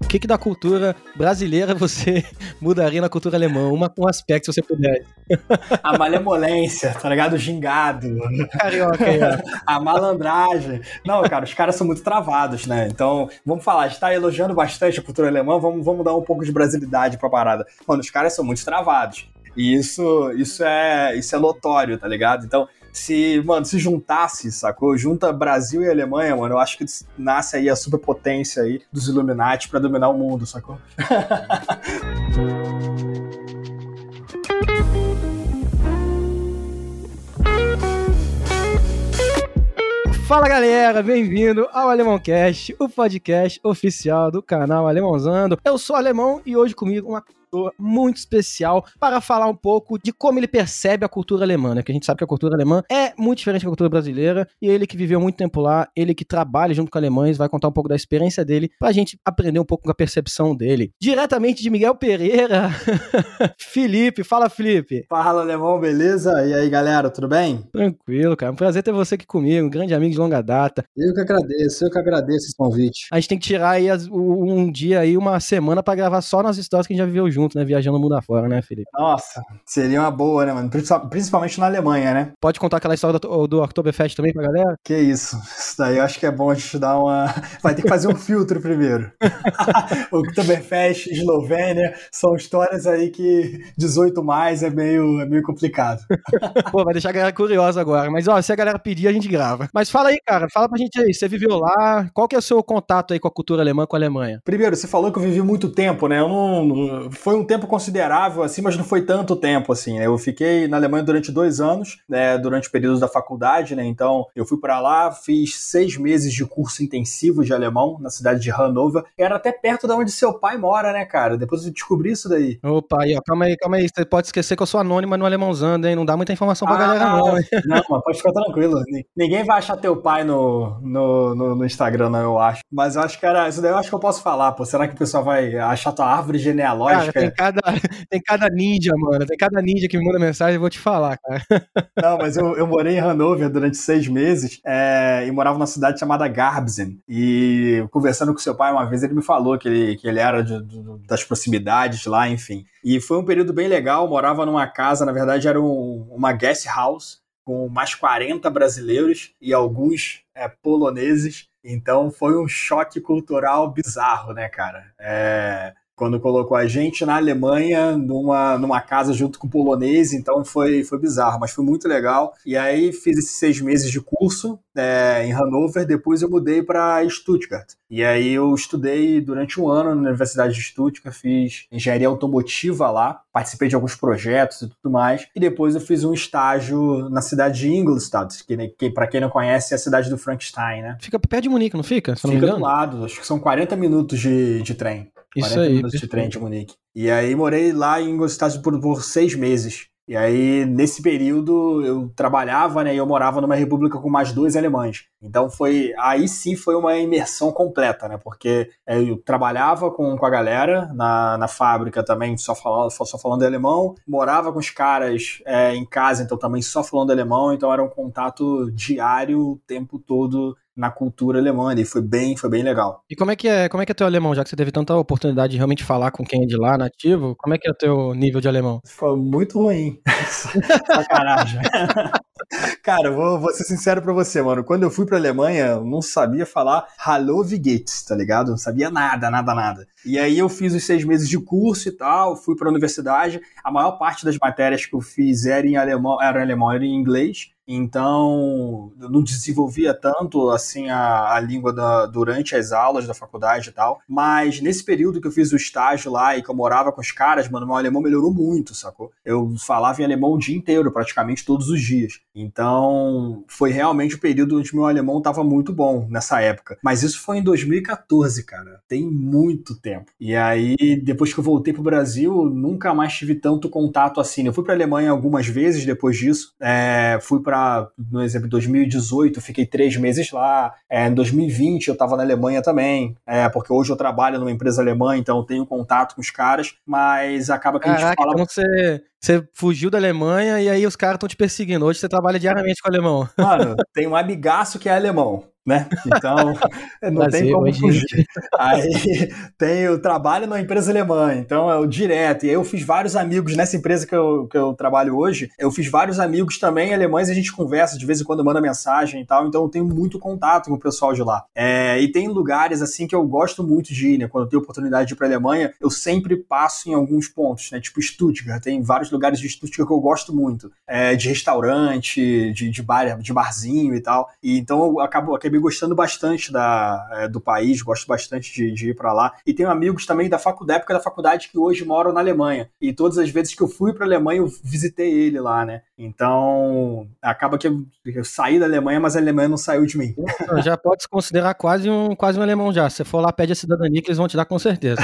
que da cultura brasileira você mudaria na cultura alemã? Um aspecto, se você puder. A malemolência, tá ligado? O gingado. Carioca aí, ó. A malandragem. Não, cara, os caras são muito travados, né? Então, vamos falar, a gente tá elogiando bastante a cultura alemã, vamos dar um pouco de brasilidade pra parada. Mano, os caras são muito travados. E isso é notório, tá ligado? Então, se juntasse, sacou? Junta Brasil e Alemanha, mano, eu acho que nasce aí a superpotência aí dos Illuminati pra dominar o mundo, sacou? Fala galera, bem-vindo ao Alemãocast, o podcast oficial do canal Alemãozando. Eu sou alemão e hoje comigo uma pessoa muito especial para falar um pouco de como ele percebe a cultura alemã, né? Porque a gente sabe que a cultura alemã é muito diferente da cultura brasileira e ele que viveu muito tempo lá, ele que trabalha junto com alemães, vai contar um pouco da experiência dele pra gente aprender um pouco com a percepção dele. Diretamente de Miguel Pereira, Felipe. Fala, Felipe. Fala, alemão, beleza? E aí, galera, tudo bem? Tranquilo, cara. Um prazer ter você aqui comigo, um grande amigo de longa data. Eu que agradeço esse convite. A gente tem que tirar aí um dia aí, uma semana pra gravar só nas histórias que a gente já viveu junto, né? Viajando o mundo afora, né, Felipe? Nossa, seria uma boa, né, mano? Principalmente na Alemanha, né? Pode contar aquela história do Oktoberfest também pra galera? Que isso daí eu acho que é bom a gente dar uma... Vai ter que fazer um filtro primeiro. Oktoberfest, Eslovênia, são histórias aí que 18 mais é meio complicado. Pô, vai deixar a galera curiosa agora. Mas, ó, se a galera pedir, a gente grava. Mas fala aí, cara. Fala pra gente aí. Você viveu lá. Qual que é o seu contato aí com a cultura alemã, com a Alemanha? Primeiro, você falou que eu vivi muito tempo, né? Foi um tempo considerável, assim, mas não foi tanto tempo, assim, né? Eu fiquei na Alemanha durante 2 anos, né? Durante o período da faculdade, né? Então, eu fui pra lá, fiz 6 meses de curso intensivo de alemão na cidade de Hannover. Era até perto de onde seu pai mora, né, cara? Depois eu descobri isso daí. Opa, aí, ó. Calma aí. Você pode esquecer que eu sou anônima no Alemãozando, hein? Não dá muita informação pra galera, não, hein? Não, mas pode ficar tranquilo. Ninguém vai achar teu pai no Instagram, não, eu acho. Mas eu acho que isso daí eu acho que eu posso falar, pô. Será que o pessoal vai achar tua árvore genealógica? Cara, tem cada ninja, mano. Tem cada ninja que me manda mensagem, eu vou te falar, cara. Não, mas eu morei em Hannover durante 6 meses e morava numa cidade chamada Garbsen. E conversando com seu pai uma vez, ele me falou que ele era das proximidades lá, enfim. E foi um período bem legal, morava numa casa, na verdade era uma guest house, com mais 40 brasileiros e alguns poloneses. Então foi um choque cultural bizarro, né, cara? Quando colocou a gente na Alemanha numa casa junto com o polonês, então foi bizarro, mas foi muito legal. E aí fiz esses 6 meses de curso em Hannover, depois eu mudei para Stuttgart. E aí eu estudei durante 1 ano na Universidade de Stuttgart, fiz engenharia automotiva lá, participei de alguns projetos e tudo mais, e depois eu fiz um estágio na cidade de Ingolstadt, que para quem não conhece é a cidade do Frankenstein, né? Fica perto de Munique, não fica? Fica do lado, acho que são 40 minutos de trem. 40 minutos de trem de Munique. E aí morei lá em Ingolstadt por 6 meses. E aí, nesse período, eu trabalhava, né, e eu morava numa república com mais 2 alemães. Então aí sim foi uma imersão completa, né, porque eu trabalhava com a galera na fábrica também, só falando alemão, morava com os caras em casa, então também só falando alemão, então era um contato diário o tempo todo na cultura alemã, e foi bem legal. E como é que é teu alemão, já que você teve tanta oportunidade de realmente falar com quem é de lá, nativo, como é que é o teu nível de alemão? Foi muito ruim. Sacanagem. Cara, vou ser sincero pra você, mano. Quando eu fui pra Alemanha, eu não sabia falar Hallo, wie geht's, tá ligado? Não sabia nada. E aí eu fiz os 6 meses de curso e tal, fui pra universidade. A maior parte das matérias que eu fiz era em alemão, era em inglês. Então, eu não desenvolvia tanto, assim, a língua durante as aulas da faculdade e tal. Mas nesse período que eu fiz o estágio lá e que eu morava com os caras, mano, meu alemão melhorou muito, sacou? Eu falava em alemão o dia inteiro, praticamente todos os dias. Então, foi realmente o período onde meu alemão tava muito bom nessa época. Mas isso foi em 2014, cara. Tem muito tempo. E aí, depois que eu voltei pro Brasil, nunca mais tive tanto contato assim. Eu fui pra Alemanha algumas vezes depois disso. Fui pra, no exemplo, 2018, fiquei 3 meses lá. Em 2020 eu tava na Alemanha também, porque hoje eu trabalho numa empresa alemã, então eu tenho contato com os caras, mas acaba que a gente fala... Você fugiu da Alemanha e aí os caras estão te perseguindo. Hoje você trabalha diariamente com alemão. Mano, tem um amigaço que é alemão, né? Então, não tem Prazer, como oi, fugir. gente. Aí eu trabalho numa empresa alemã, então é o direto. E aí eu fiz vários amigos nessa empresa que eu trabalho hoje. Eu fiz vários amigos também alemães e a gente conversa, de vez em quando manda mensagem e tal. Então eu tenho muito contato com o pessoal de lá. E tem lugares assim que eu gosto muito de ir, né? Quando eu tenho oportunidade de ir pra Alemanha, eu sempre passo em alguns pontos, né? Tipo Stuttgart. Tem vários lugares de Stuttgart que eu gosto muito. De restaurante, de bar, de barzinho e tal. E então eu acabei gostando bastante do país, gosto bastante de ir pra lá. E tenho amigos também da época da faculdade que hoje moram na Alemanha. E todas as vezes que eu fui pra Alemanha, eu visitei ele lá, né? Então, acaba que eu saí da Alemanha, mas a Alemanha não saiu de mim. Já pode se considerar quase um alemão já. Se você for lá, pede a cidadania que eles vão te dar com certeza.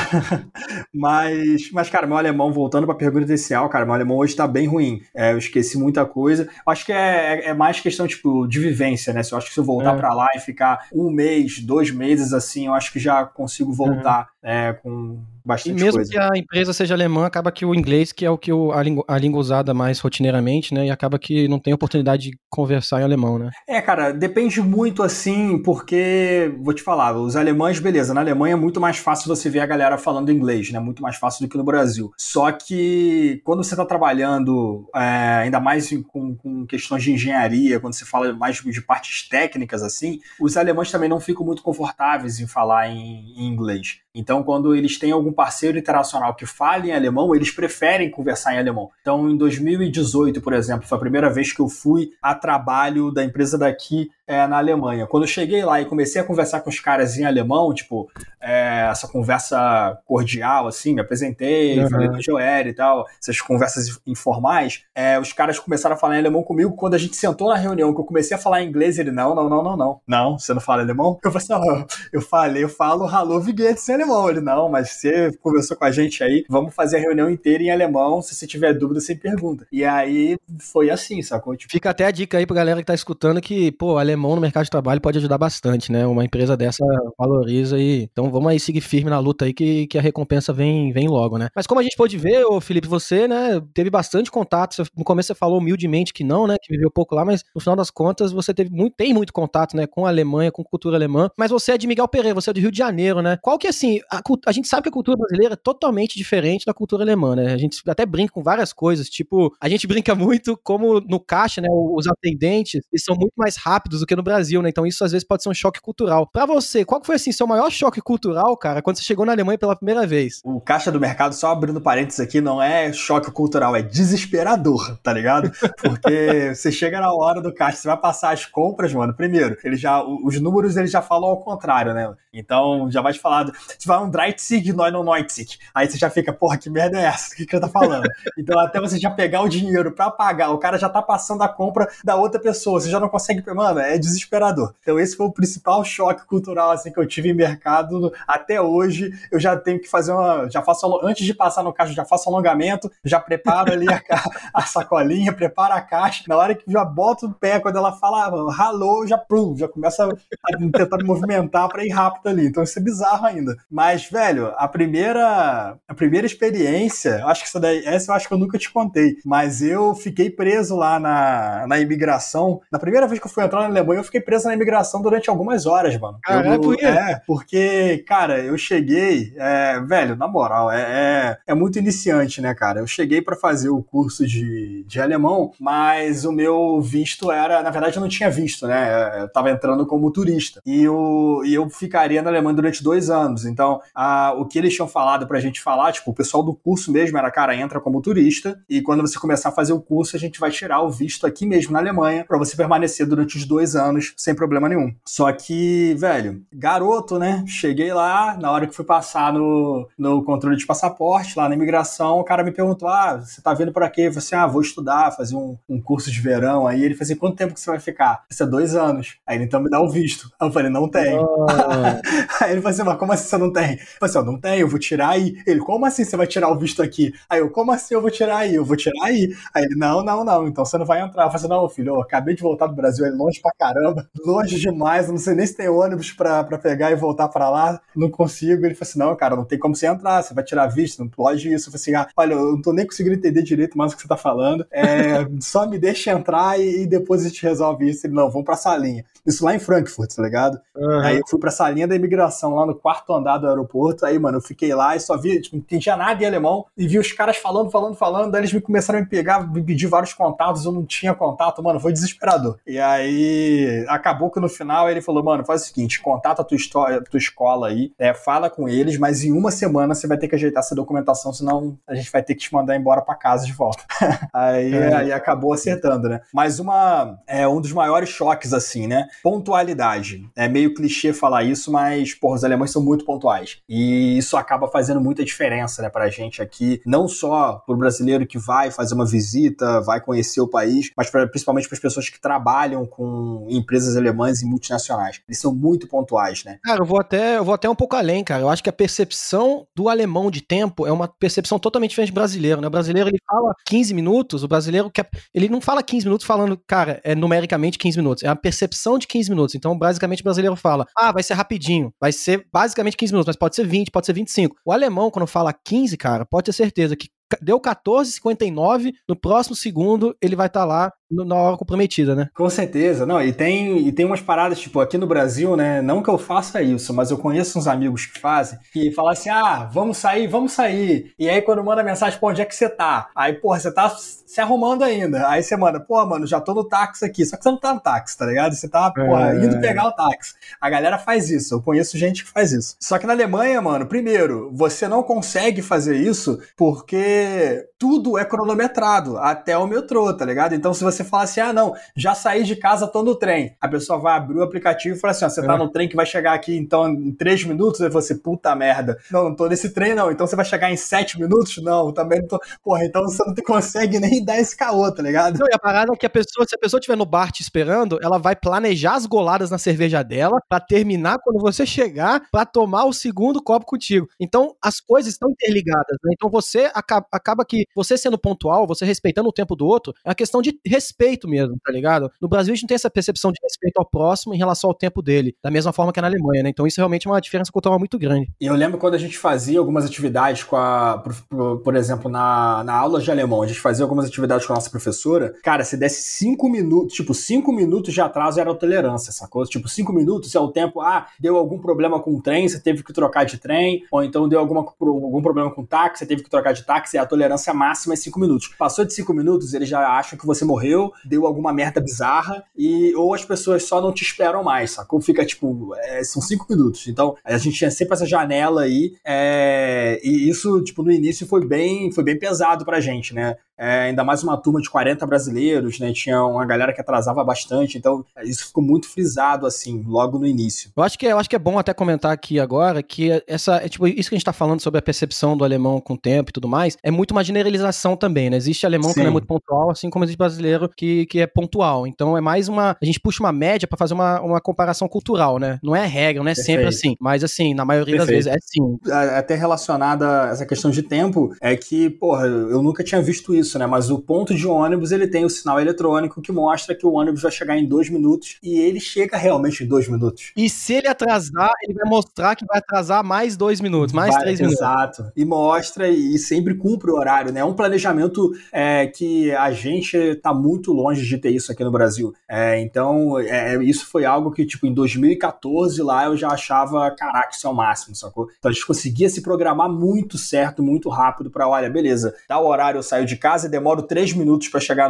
Mas, cara, meu alemão, voltando pra pergunta inicial, cara, meu alemão hoje tá bem ruim. Eu esqueci muita coisa. Acho que é mais questão, tipo, de vivência, né? Eu acho que se eu voltar pra lá e ficar 1 mês, 2 meses, assim, eu acho que já consigo voltar com bastante coisa. E mesmo que a empresa seja alemã, acaba que o inglês, que é o que a língua usada mais rotineiramente, né? E acaba que não tem oportunidade de conversar em alemão, né? Cara, depende muito, assim, porque, vou te falar, os alemães, beleza, na Alemanha é muito mais fácil você ver a galera falando inglês, né? Muito mais fácil do que no Brasil. Só que quando você tá trabalhando, ainda mais com questões de engenharia, quando você fala mais de partes técnicas, assim, os alemães também não ficam muito confortáveis em falar em inglês. Então, quando eles têm algum parceiro internacional que fale em alemão, eles preferem conversar em alemão. Então, em 2018, por exemplo, foi a primeira vez que eu fui a trabalho da empresa daqui na Alemanha. Quando eu cheguei lá e comecei a conversar com os caras em alemão, tipo, essa conversa cordial, assim, me apresentei, falei do Joel e tal, essas conversas informais, os caras começaram a falar em alemão comigo. Quando a gente sentou na reunião, que eu comecei a falar em inglês, ele, não, você não fala alemão? Eu falei assim, eu falo Hallo, wie geht's em alemão. Ele, não, mas você conversou com a gente aí, vamos fazer a reunião inteira em alemão, se você tiver dúvida, você pergunta. E aí, foi assim, sacou? Tipo, fica até a dica aí pra galera que tá escutando que, pô, alemão no mercado de trabalho pode ajudar bastante, né? Uma empresa dessa valoriza e... Então vamos aí seguir firme na luta aí que a recompensa vem logo, né? Mas como a gente pôde ver, ô Felipe, você, né, teve bastante contato. No começo você falou humildemente que não, né? Que viveu pouco lá, mas no final das contas você tem muito contato, né? Com a Alemanha, com cultura alemã. Mas você é de Miguel Pereira, você é do Rio de Janeiro, né? Qual que, assim, a gente sabe que a cultura brasileira é totalmente diferente da cultura alemã, né? A gente até brinca com várias coisas, tipo, a gente brinca muito como no caixa, né? Os atendentes, eles são muito mais rápidos do que no Brasil, né? Então isso às vezes pode ser um choque cultural. Pra você, qual que foi, assim, seu maior choque cultural, cara, quando você chegou na Alemanha pela primeira vez? O caixa do mercado, só abrindo parênteses aqui, não é choque cultural, é desesperador, tá ligado? Porque você chega na hora do caixa, você vai passar as compras, mano, primeiro, os números eles já falam ao contrário, né? Então já vai te falar, você vai um 30, 99. Aí você já fica, porra, que merda é essa? O que ele tá falando? Então até você já pegar o dinheiro pra pagar, o cara já tá passando a compra da outra pessoa, você já não consegue, mano, é desesperador. Então esse foi o principal choque cultural, assim, que eu tive em mercado. Até hoje, eu já tenho que fazer antes de passar no caixa, eu já faço alongamento, já preparo ali a sacolinha, preparo a caixa. Na hora que já boto o pé, quando ela fala ralou, já começa a tentar me movimentar pra ir rápido ali. Então isso é bizarro ainda. Mas, velho, a primeira experiência, acho que essa eu acho que eu nunca te contei, mas eu fiquei preso lá na imigração. Na primeira vez que eu fui entrar na Alemanha, eu fiquei preso na imigração durante algumas horas, mano. Porque, cara, eu cheguei, velho, na moral, é muito iniciante, né, cara? Eu cheguei pra fazer o curso de alemão, mas o meu visto na verdade eu não tinha visto, né? Eu tava entrando como turista. E eu ficaria na Alemanha durante 2 anos. Então, o que eles tinham falado pra gente falar, tipo, o pessoal do curso mesmo era, cara, entra como turista e quando você começar a fazer o curso, a gente vai tirar o visto aqui mesmo na Alemanha pra você permanecer durante os 2 anos sem problema nenhum. Só que, velho, garoto, né? Cheguei lá, na hora que fui passar no controle de passaporte, lá na imigração, o cara me perguntou, você tá vindo pra quê? Eu falei assim, vou estudar, fazer um curso de verão. Aí ele falou assim, quanto tempo que você vai ficar? Isso é 2 anos. Aí ele então me dá o visto. Aí eu falei, não tem. Aí ele falou assim, mas como assim você não tem? Eu falei assim, não tem, eu vou tirar aí. Ele, como assim você vai tirar o visto aqui? Aí eu, como assim eu vou tirar aí? Eu vou tirar aí. Aí ele, não, então você não vai entrar. Eu falei assim, não, filho, eu acabei de voltar do Brasil, é longe pra caramba, longe demais, eu não sei nem se tem ônibus pra pegar e voltar pra lá, não consigo. Ele falou assim, não, cara, não tem como você entrar, você vai tirar visto, não pode isso. Eu falei assim, olha, eu não tô nem conseguindo entender direito mais o que você tá falando, só me deixa entrar e depois a gente resolve isso. Ele, não, vamos pra salinha. Isso lá em Frankfurt, tá ligado? Uhum. Aí eu fui pra salinha da imigração, lá no 4º andar do aeroporto, aí, mano, eu fiquei lá e só vi, tipo, não entendia nada em alemão, e vi os caras falando, daí eles começaram a me pegar, me pedir vários contatos, eu não tinha contato, mano, foi desesperador. E aí, acabou que no final ele falou, mano, faz o seguinte, contata a tua escola aí, fala com eles, mas em uma semana você vai ter que ajeitar essa documentação, senão a gente vai ter que te mandar embora pra casa de volta. Aí acabou acertando, né? Mas um dos maiores choques, assim, né? Pontualidade. É meio clichê falar isso, mas, porra, os alemães são muito pontuais. E isso acaba fazendo muita diferença, né, pra gente aqui, não só pro brasileiro que vai fazer uma visita, vai conhecer o país, mas principalmente para as pessoas que trabalham com empresas alemãs e multinacionais. Eles são muito pontuais, né? Cara, eu vou até um pouco além, cara. Eu acho que a percepção do alemão de tempo é uma percepção totalmente diferente do brasileiro, né? O brasileiro, ele fala 15 minutos, o brasileiro ele não fala 15 minutos falando, cara, numericamente 15 minutos. É a percepção de 15 minutos. Então, basicamente, o brasileiro fala, vai ser rapidinho, vai ser basicamente 15 minutos, mas pode ser 20, pode ser 25. O alemão, quando fala 15, cara, pode ter certeza que deu 14h59, no próximo segundo ele vai estar lá na hora comprometida, né? Com certeza, não, e tem umas paradas, tipo, aqui no Brasil, né, não que eu faça isso, mas eu conheço uns amigos que fazem, que falam assim, vamos sair, e aí quando manda mensagem, pô, onde é que você tá? Aí, porra, você tá se arrumando ainda, aí você manda, pô, mano, já tô no táxi aqui, só que você não tá no táxi, tá ligado? Você tá, porra, indo pegar o táxi. A galera faz isso, eu conheço gente que faz isso. Só que na Alemanha, mano, primeiro, você não consegue fazer isso porque tudo é cronometrado, até o metrô, tá ligado? Então se você falar assim, não, já saí de casa, tô no trem. A pessoa vai abrir o aplicativo e fala assim, você tá no trem que vai chegar aqui, então, em 3 minutos? Aí você, puta merda. Não tô nesse trem, não. Então você vai chegar em 7 minutos? Não, também não tô. Porra, então você não consegue nem dar esse caô, tá ligado? Não, e a parada é que se a pessoa estiver no bar te esperando, ela vai planejar as goladas na cerveja dela pra terminar quando você chegar, pra tomar o segundo copo contigo. Então, as coisas estão interligadas, né? Então você acaba que, você sendo pontual, você respeitando o tempo do outro, é uma questão de respeito mesmo, tá ligado? No Brasil a gente não tem essa percepção de respeito ao próximo em relação ao tempo dele, da mesma forma que é na Alemanha, né? Então isso realmente é uma diferença cultural muito grande. E eu lembro quando a gente fazia algumas atividades por exemplo, na aula de alemão, a gente fazia algumas atividades com a nossa professora, cara, se desse 5 minutos, tipo, 5 minutos de atraso era tolerância, sacou? Tipo, 5 minutos é o tempo, deu algum problema com o trem, você teve que trocar de trem, ou então deu algum problema com o táxi, você teve que trocar de táxi, a tolerância máxima é 5 minutos. Passou de 5 minutos, eles já acham que você morreu, deu alguma merda bizarra, ou as pessoas só não te esperam mais, sacou? Fica, tipo, são 5 minutos. Então, a gente tinha sempre essa janela aí, e isso, tipo, no início foi bem pesado pra gente, né? Ainda mais uma turma de 40 brasileiros, né? Tinha uma galera que atrasava bastante, então isso ficou muito frisado, assim, logo no início. Eu acho que é bom até comentar aqui agora que tipo, isso que a gente tá falando sobre a percepção do alemão com o tempo e tudo mais, é muito uma generalização também, né? Existe alemão que não é muito pontual, assim como existe brasileiro que é pontual. Então é mais a gente puxa uma média pra fazer uma comparação cultural, né? Não é regra, não é sempre assim, mas assim, na maioria das vezes é sim. Até relacionada a essa questão de tempo, é que, porra, eu nunca tinha visto isso, né? Mas o ponto de ônibus, ele tem o sinal eletrônico que mostra que o ônibus vai chegar em 2 minutos e ele chega realmente em 2 minutos. E se ele atrasar, ele vai mostrar que vai atrasar mais 2 minutos, mais 3 minutos. Exato. E mostra e sempre cumpre o horário, né? É um planejamento que a gente tá muito longe de ter isso aqui no Brasil. Então, isso foi algo que, tipo, em 2014 lá eu já achava, caraca, isso é o máximo, sacou? Então a gente conseguia se programar muito certo, muito rápido pra, olha, beleza, dá o horário, eu saio de casa e demoro 3 minutos pra chegar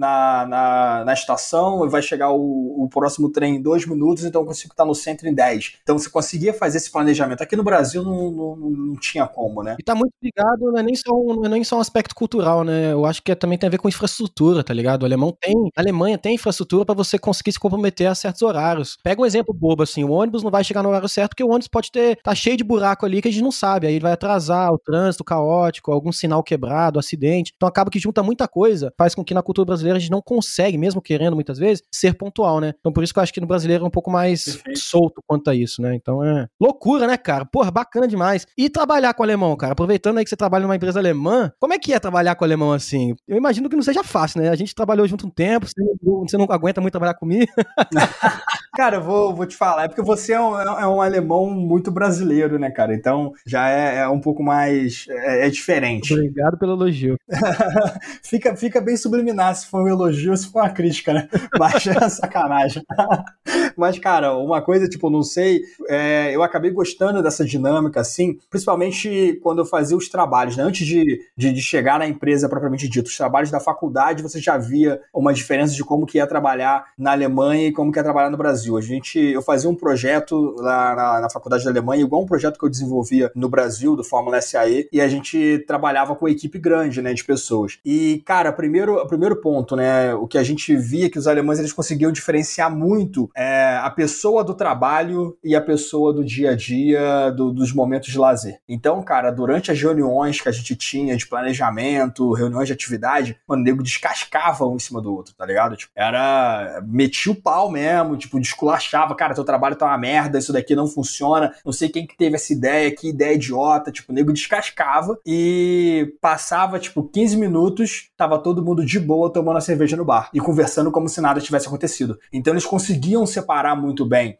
na estação, e vai chegar o próximo trem em 2 minutos, então eu consigo estar no centro em 10. Então você conseguia fazer esse planejamento. Aqui no Brasil não tinha como, né? E tá muito ligado, não é nem só um aspecto cultural, né? Eu acho que também tem a ver com infraestrutura, tá ligado? A Alemanha tem infraestrutura pra você conseguir se comprometer a certos horários. Pega um exemplo bobo, assim, o ônibus não vai chegar no horário certo porque o ônibus pode tá cheio de buraco ali que a gente não sabe, aí ele vai atrasar, o trânsito caótico, algum sinal quebrado, acidente. Então acaba que junta muita coisa, faz com que na cultura brasileira a gente não consegue, mesmo querendo muitas vezes, ser pontual, né? Então por isso que eu acho que no brasileiro é um pouco mais solto quanto a isso, né? Então é loucura, né, cara? Porra, bacana demais. E trabalhar com alemão, cara? Aproveitando aí que você trabalha numa empresa alemã, como é que é trabalhar com alemão assim? Eu imagino que não seja fácil, né? A gente trabalhou junto um tempo, você não aguenta muito trabalhar comigo. Cara, eu vou te falar, é porque você é um alemão muito brasileiro, né, cara? Então já é um pouco mais. É diferente. Obrigado pelo elogio. Fica bem subliminar se for um elogio ou se for uma crítica, né? Mas é sacanagem. Mas, cara, uma coisa, tipo, não sei, eu acabei gostando dessa dinâmica, assim, principalmente quando eu fazia os trabalhos, né? Antes de chegar na empresa propriamente dito, os trabalhos da faculdade, você já via uma diferença de como que é trabalhar na Alemanha e como que é trabalhar no Brasil. Eu fazia um projeto lá na faculdade da Alemanha, igual um projeto que eu desenvolvia no Brasil, do Fórmula SAE, e a gente trabalhava com uma equipe grande, né, de pessoas. E, cara, o primeiro ponto, né, o que a gente via que os alemães, eles conseguiam diferenciar muito a pessoa do trabalho e a pessoa do dia a dia, dos momentos de lazer. Então, cara, durante as reuniões que a gente tinha de planejamento, reuniões de atividade, mano, o nego descascava um em cima do outro, tá ligado? Tipo, metia o pau mesmo, tipo, esculachava, cara, teu trabalho tá uma merda, isso daqui não funciona, não sei quem que teve essa ideia, que ideia idiota, tipo, o nego descascava e passava, tipo, 15 minutos, tava todo mundo de boa tomando a cerveja no bar e conversando como se nada tivesse acontecido. Então eles conseguiam separar muito bem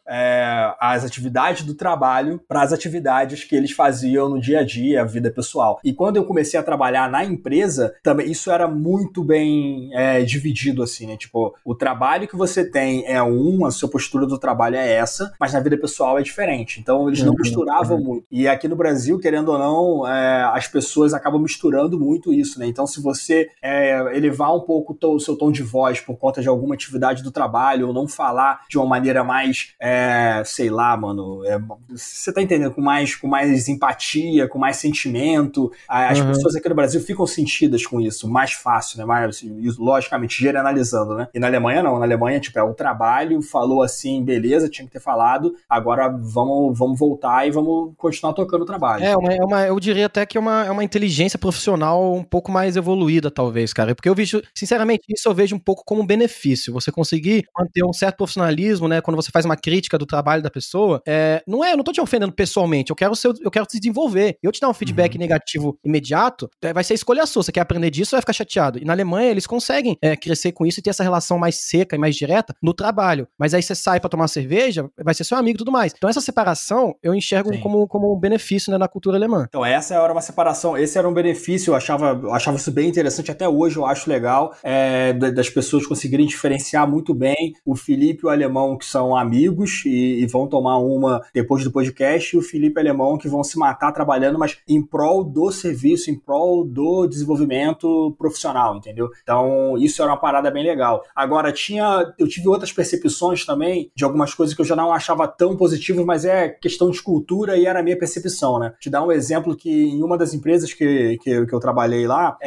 as atividades do trabalho para as atividades que eles faziam no dia a dia, a vida pessoal. E quando eu comecei a trabalhar na empresa, também isso era muito bem dividido, assim, né? Tipo, o trabalho que você tem a sua postura do trabalho é essa, mas na vida pessoal é diferente. Então eles não misturavam muito. E aqui no Brasil, querendo ou não, as pessoas acabam misturando muito isso, né? Então se você elevar um pouco o seu tom de voz por conta de alguma atividade do trabalho, ou não falar de uma maneira mais, sei lá, mano, você tá entendendo, com mais empatia, com mais sentimento, as pessoas aqui no Brasil ficam sentidas com isso, mais fácil, né? Mais, logicamente, generalizando, né? E na Alemanha não, na Alemanha, tipo, o trabalho falou assim, beleza, tinha que ter falado, agora vamos voltar e vamos continuar tocando o trabalho. Eu diria até que é uma inteligência profissional um pouco mais evoluída, talvez, cara, porque eu vejo, sinceramente, isso eu vejo um pouco como um benefício, você conseguir manter um certo profissionalismo, né, quando você faz uma crítica do trabalho da pessoa, eu não tô te ofendendo pessoalmente, eu quero te desenvolver, eu te dar um feedback negativo imediato, vai ser escolha sua, você quer aprender disso ou vai ficar chateado, e na Alemanha eles conseguem crescer com isso e ter essa relação mais seca e mais direta no trabalho, mas aí você sai pra tomar cerveja, vai ser seu amigo e tudo mais, então essa separação eu enxergo como um benefício, né, na cultura alemã. Então essa era uma separação, esse era um benefício, eu achava isso bem interessante, até hoje eu acho legal, das pessoas conseguirem diferenciar muito bem o Felipe e o Alemão, que são amigos e vão tomar uma depois do podcast, e o Felipe e o Alemão que vão se matar trabalhando, mas em prol do serviço, em prol do desenvolvimento profissional, entendeu? Então isso era uma parada bem legal. Agora, eu tive outras percepções também de algumas coisas que eu já não achava tão positivas, mas é questão de cultura e era a minha percepção, né? Te dar um exemplo que em uma das empresas que eu trabalhei lá,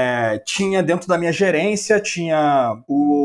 tinha dentro da minha gerência, tinha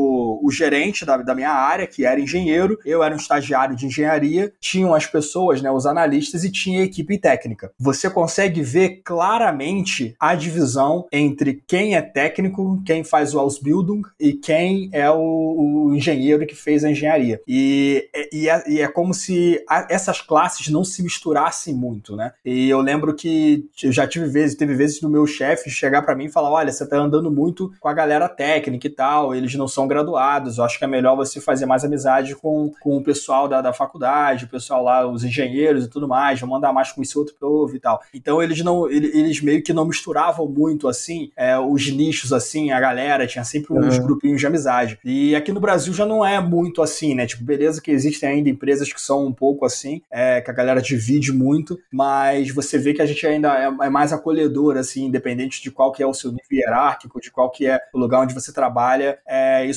o gerente da minha área, que era engenheiro, eu era um estagiário de engenharia, tinham as pessoas, né, os analistas, e tinha a equipe técnica. Você consegue ver claramente a divisão entre quem é técnico, quem faz o Ausbildung e quem é o engenheiro que fez a engenharia. E é como se essas classes não se misturassem muito, né? E eu lembro que eu já teve vezes do meu chefe chegar pra mim e falar, olha, você tá andando muito com a galera técnica e tal, eles não são graduados, eu acho que é melhor você fazer mais amizade com o pessoal da faculdade, o pessoal lá, os engenheiros e tudo mais, vão andar mais com esse outro povo e tal. Então eles meio que não misturavam muito, assim, os nichos, assim, a galera, tinha sempre uns grupinhos de amizade. E aqui no Brasil já não é muito assim, né? Tipo, beleza que existem ainda empresas que são um pouco assim, que a galera divide muito, mas você vê que a gente ainda é mais acolhedor, assim, independente de qual que é o seu nível hierárquico, de qual que é o lugar onde você trabalha, isso não tem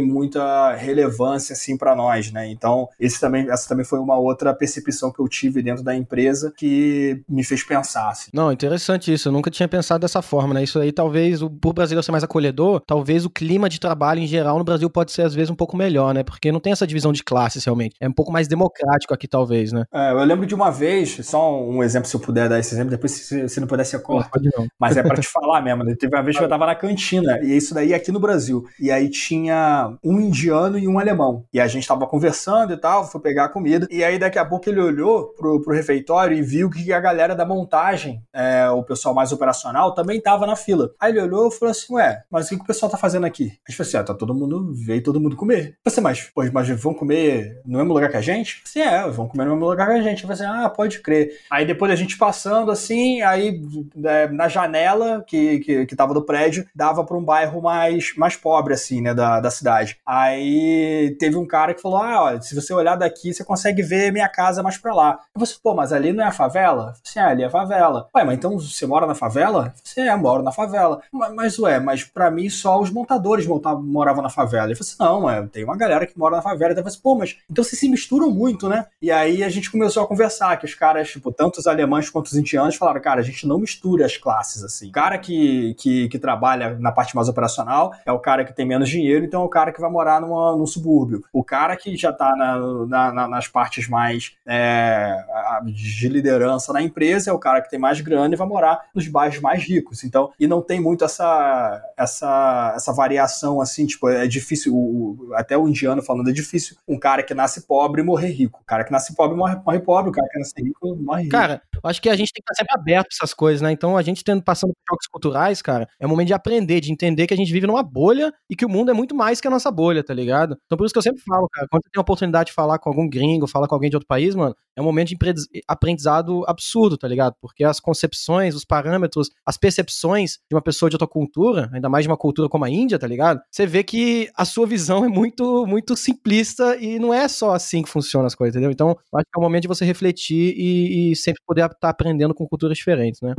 muita relevância, assim, para nós, né? Então, essa também foi uma outra percepção que eu tive dentro da empresa que me fez pensar, assim. Não, interessante isso. Eu nunca tinha pensado dessa forma, né? Isso aí, talvez, por brasileiro ser mais acolhedor, talvez o clima de trabalho em geral no Brasil pode ser, às vezes, um pouco melhor, né? Porque não tem essa divisão de classes, realmente. É um pouco mais democrático aqui, talvez, né? Eu lembro de uma vez, só um exemplo, se eu puder dar esse exemplo, depois se não puder, você corta. Pode não. Mas é pra te falar mesmo, né? Teve uma vez que eu tava na cantina, e isso daí aqui no Brasil. E aí tinha um indiano e um alemão. E a gente tava conversando e tal, foi pegar a comida. E aí daqui a pouco ele olhou pro refeitório e viu que a galera da montagem, o pessoal mais operacional, também tava na fila. Aí ele olhou e falou assim, ué, mas o que o pessoal tá fazendo aqui? A gente falou assim, tá todo mundo, veio todo mundo comer. Eu falei assim, mas vão comer no mesmo lugar que a gente? Eu falei assim, vão comer no mesmo lugar que a gente. Eu falei assim, pode crer. Aí depois a gente passando assim, aí na janela que tava do prédio, dava pra um bairro mais pobre, assim, né, da cidade. Aí teve um cara que falou, olha, se você olhar daqui, você consegue ver minha casa mais pra lá. Eu falei assim, pô, mas ali não é a favela? Eu falei assim, ali é a favela. Ué, mas então você mora na favela? Eu falei assim, eu moro na favela. Mas pra mim só os montadores moravam na favela. Ele falou assim, não, tem uma galera que mora na favela. Então eu falei assim, pô, mas então vocês se misturam muito, né? E aí a gente começou a conversar, que os caras, tipo, tanto os alemães quanto os indianos falaram, cara, a gente não mistura as classes, assim. O cara que trabalha na parte mais operacional é o cara que tem menos dinheiro, então é o cara que vai morar num subúrbio. O cara que já tá nas partes mais de liderança na empresa é o cara que tem mais grana e vai morar nos bairros mais ricos. Então, e não tem muito essa variação, assim, tipo, é difícil, até o indiano falando, é difícil um cara que nasce pobre morrer rico. O cara que nasce pobre morre pobre, o cara que nasce rico morre rico. Cara, eu acho que a gente tem que estar sempre aberto pra essas coisas, né? Então, a gente passando por choques culturais, cara, é um momento de aprender, de entender que a gente vive numa bolha e que o mundo é muito mais que a nossa bolha, tá ligado? Então, por isso que eu sempre falo, cara, quando você tem a oportunidade de falar com algum gringo, falar com alguém de outro país, mano, é um momento de aprendizado absurdo, tá ligado? Porque as concepções, os parâmetros, as percepções de uma pessoa de outra cultura, ainda mais de uma cultura como a Índia, tá ligado? Você vê que a sua visão é muito, muito simplista e não é só assim que funcionam as coisas, entendeu? Então, acho que é o momento de você refletir e sempre poder estar aprendendo com culturas diferentes, né?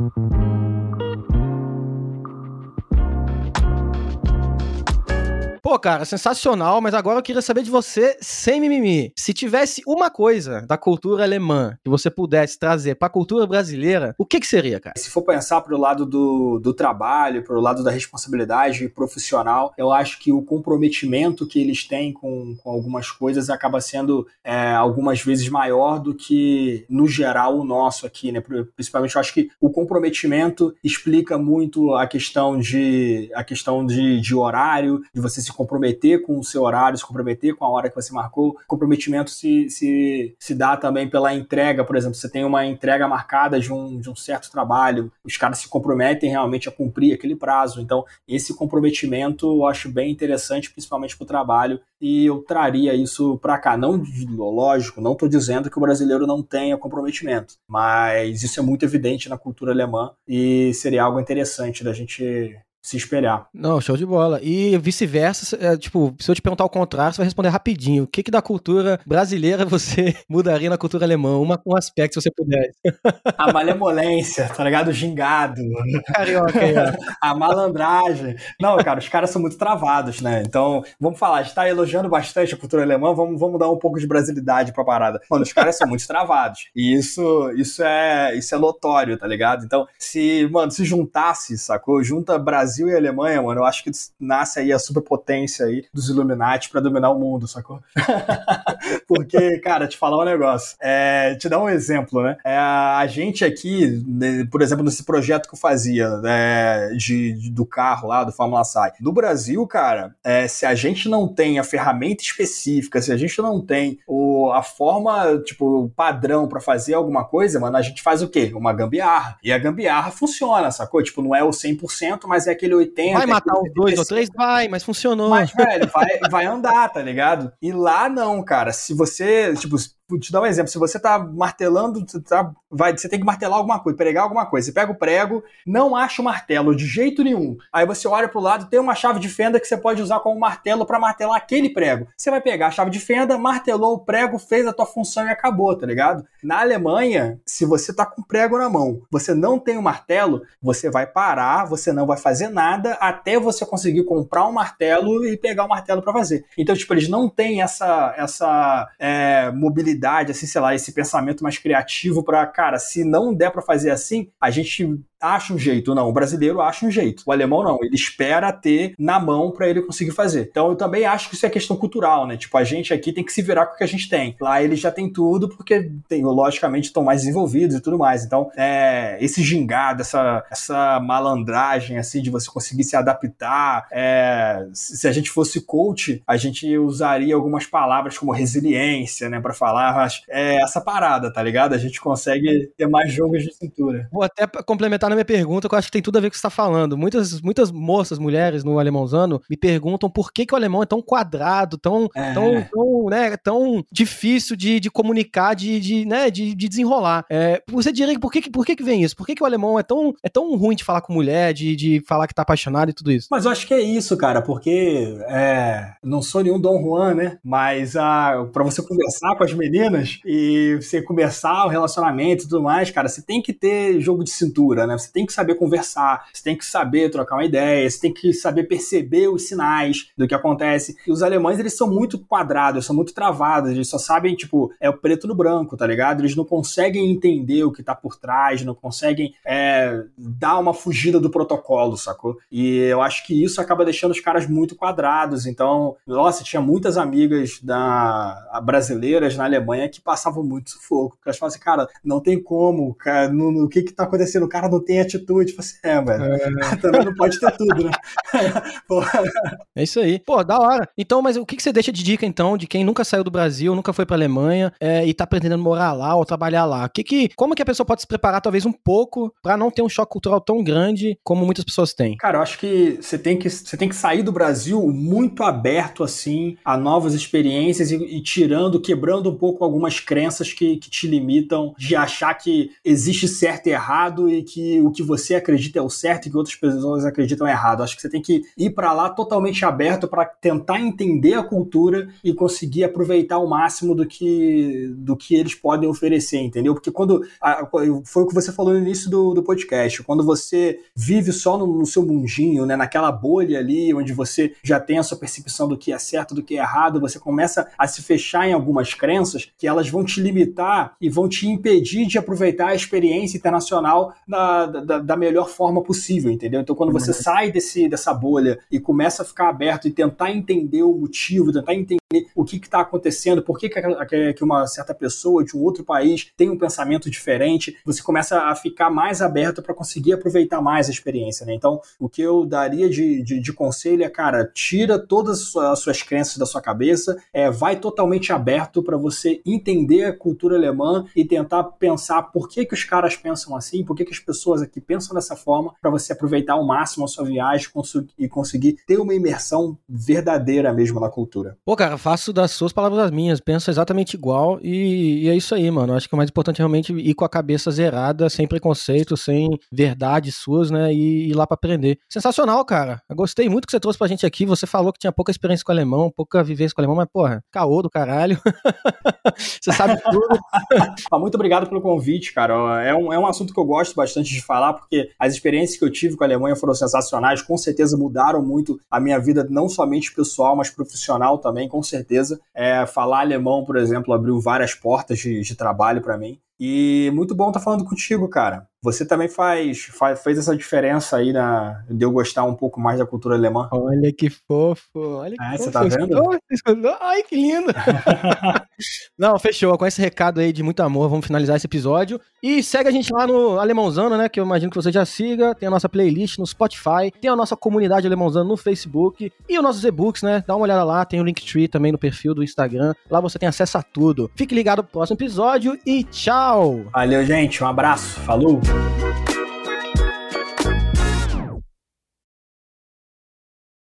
Pô, cara, sensacional, mas agora eu queria saber de você, sem mimimi. Se tivesse uma coisa da cultura alemã que você pudesse trazer pra cultura brasileira, o que seria, cara? Se for pensar pro lado do trabalho, pro lado da responsabilidade profissional, eu acho que o comprometimento que eles têm com algumas coisas acaba sendo algumas vezes maior do que, no geral, o nosso aqui, né? Principalmente, eu acho que o comprometimento explica muito a questão de horário, de você se comprometer com o seu horário, se comprometer com a hora que você marcou. O comprometimento se dá também pela entrega, por exemplo, você tem uma entrega marcada de um certo trabalho, os caras se comprometem realmente a cumprir aquele prazo. Então, esse comprometimento eu acho bem interessante, principalmente para o trabalho, e eu traria isso para cá. Não, lógico, não estou dizendo que o brasileiro não tenha comprometimento, mas isso é muito evidente na cultura alemã e seria algo interessante da gente se espelhar. Não, show de bola. E vice-versa, tipo, se eu te perguntar o contrário, você vai responder rapidinho. O que da cultura brasileira você mudaria na cultura alemã? Um aspecto, se você pudesse. A malemolência, tá ligado? O gingado. Carioca, a malandragem. Não, cara, os caras são muito travados, né? Então, vamos falar, a gente tá elogiando bastante a cultura alemã, vamos dar um pouco de brasilidade pra parada. Mano, os caras são muito travados. E isso é notório, tá ligado? Então, se juntasse, sacou? Junta Brasil e Alemanha, mano, eu acho que nasce aí a superpotência aí dos Illuminati pra dominar o mundo, sacou? Porque, cara, te falar um negócio, te dar um exemplo, né? A gente aqui, por exemplo, nesse projeto que eu fazia, do carro lá, do Fórmula Sai, no Brasil, cara, se a gente não tem a ferramenta específica, se a gente não tem a forma, tipo, padrão pra fazer alguma coisa, mano, a gente faz o quê? Uma gambiarra. E a gambiarra funciona, sacou? Tipo, não é o 100%, mas é aquele 80%. Vai matar os 2 ou 3? Vai, mas funcionou. Mas, velho, vai andar, tá ligado? E lá não, cara. Se você, tipo, vou te dar um exemplo, se você tá martelando, você tem que martelar alguma coisa, pregar alguma coisa, você pega o prego, não acha o martelo de jeito nenhum, aí você olha pro lado, tem uma chave de fenda que você pode usar como martelo para martelar aquele prego. Você vai pegar a chave de fenda, martelou o prego, fez a tua função e acabou, tá ligado? Na Alemanha, se você tá com o prego na mão, você não tem o martelo, você vai parar, você não vai fazer nada até você conseguir comprar um martelo e pegar o martelo para fazer. Então, tipo, eles não têm essa mobilidade, assim, sei lá, esse pensamento mais criativo para, cara, se não der para fazer assim, a gente acha um jeito. Não, o brasileiro acha um jeito. O alemão não, ele espera ter na mão para ele conseguir fazer. Então eu também acho que isso é questão cultural, né? Tipo, a gente aqui tem que se virar com o que a gente tem. Lá eles já têm tudo porque, logicamente, estão mais desenvolvidos e tudo mais. Então, esse gingado, essa malandragem, assim, de você conseguir se adaptar. Se a gente fosse coach, a gente usaria algumas palavras como resiliência, né? Para falar essa parada, tá ligado? A gente consegue ter mais jogos de cintura. Vou até complementar na minha pergunta, que eu acho que tem tudo a ver com o que você está falando. Muitas moças, mulheres no alemãozano, me perguntam por que o alemão é tão quadrado, tão difícil de comunicar, de desenrolar. Você diria por que vem isso? Por que o alemão é tão ruim de falar com mulher, de falar que tá apaixonado e tudo isso? Mas eu acho que é isso, cara, porque não sou nenhum Dom Juan, né? Mas pra você conversar com as meninas e você começar o relacionamento e tudo mais, cara, você tem que ter jogo de cintura, né? Você tem que saber conversar, você tem que saber trocar uma ideia, você tem que saber perceber os sinais do que acontece. E os alemães, eles são muito quadrados, são muito travados, eles só sabem, tipo, é o preto no branco, tá ligado? Eles não conseguem entender o que tá por trás, não conseguem dar uma fugida do protocolo, sacou? E eu acho que isso acaba deixando os caras muito quadrados. Então, nossa, tinha muitas amigas brasileiras na Alemanha que passavam muito sufoco. Elas falavam assim, cara, não tem como, cara, o que tá acontecendo? O cara não tem atitude. Eu falei assim, também não pode ter tudo, né? É isso aí. Pô, da hora. Então, mas o que você deixa de dica, então, de quem nunca saiu do Brasil, nunca foi pra Alemanha e tá pretendendo morar lá ou trabalhar lá? Como que a pessoa pode se preparar, talvez, um pouco pra não ter um choque cultural tão grande como muitas pessoas têm? Cara, eu acho que você tem que sair do Brasil muito aberto, assim, a novas experiências e quebrando um pouco algumas crenças que te limitam de achar que existe certo e errado e que o que você acredita é o certo e que outras pessoas acreditam errado. Acho que você tem que ir pra lá totalmente aberto para tentar entender a cultura e conseguir aproveitar o máximo do que eles podem oferecer, entendeu? Porque foi o que você falou no início do podcast, quando você vive só no seu mundinho, né, naquela bolha ali, onde você já tem a sua percepção do que é certo, do que é errado, você começa a se fechar em algumas crenças que elas vão te limitar e vão te impedir de aproveitar a experiência internacional da melhor forma possível, entendeu? Então, quando você sai dessa bolha e começa a ficar aberto e tentar entender o motivo, tentar entender o que está acontecendo, por que uma certa pessoa de um outro país tem um pensamento diferente, você começa a ficar mais aberto para conseguir aproveitar mais a experiência, né? Então, o que eu daria de conselho é, cara, tira todas as suas crenças da sua cabeça, vai totalmente aberto para você entender a cultura alemã e tentar pensar por que os caras pensam assim, por que as pessoas aqui pensam dessa forma, para você aproveitar ao máximo a sua viagem e conseguir ter uma imersão verdadeira mesmo na cultura. Pô, cara, faço das suas palavras as minhas, penso exatamente igual e é isso aí, mano. Acho que o mais importante é realmente ir com a cabeça zerada, sem preconceito, sem verdades suas, né, e ir lá pra aprender. Sensacional, cara. Eu gostei muito que você trouxe pra gente aqui. Você falou que tinha pouca experiência com o alemão, pouca vivência com o alemão, mas, porra, caô do caralho. Você sabe tudo. Muito obrigado pelo convite, cara. É um assunto que eu gosto bastante de falar, porque as experiências que eu tive com a Alemanha foram sensacionais, com certeza mudaram muito a minha vida, não somente pessoal, mas profissional também, com certeza. Falar alemão, por exemplo, abriu várias portas de trabalho pra mim. E muito bom estar falando contigo, cara. Você também fez essa diferença aí de eu gostar um pouco mais da cultura alemã. Olha que fofo. Olha que fofo. Você tá vendo? Ai, que lindo. Não, fechou. Com esse recado aí de muito amor, vamos finalizar esse episódio. E segue a gente lá no Alemãozano, né? Que eu imagino que você já siga. Tem a nossa playlist no Spotify. Tem a nossa comunidade Alemãozano no Facebook. E os nossos e-books, né? Dá uma olhada lá. Tem o Linktree também no perfil do Instagram. Lá você tem acesso a tudo. Fique ligado pro próximo episódio e tchau! Valeu, gente. Um abraço. Falou!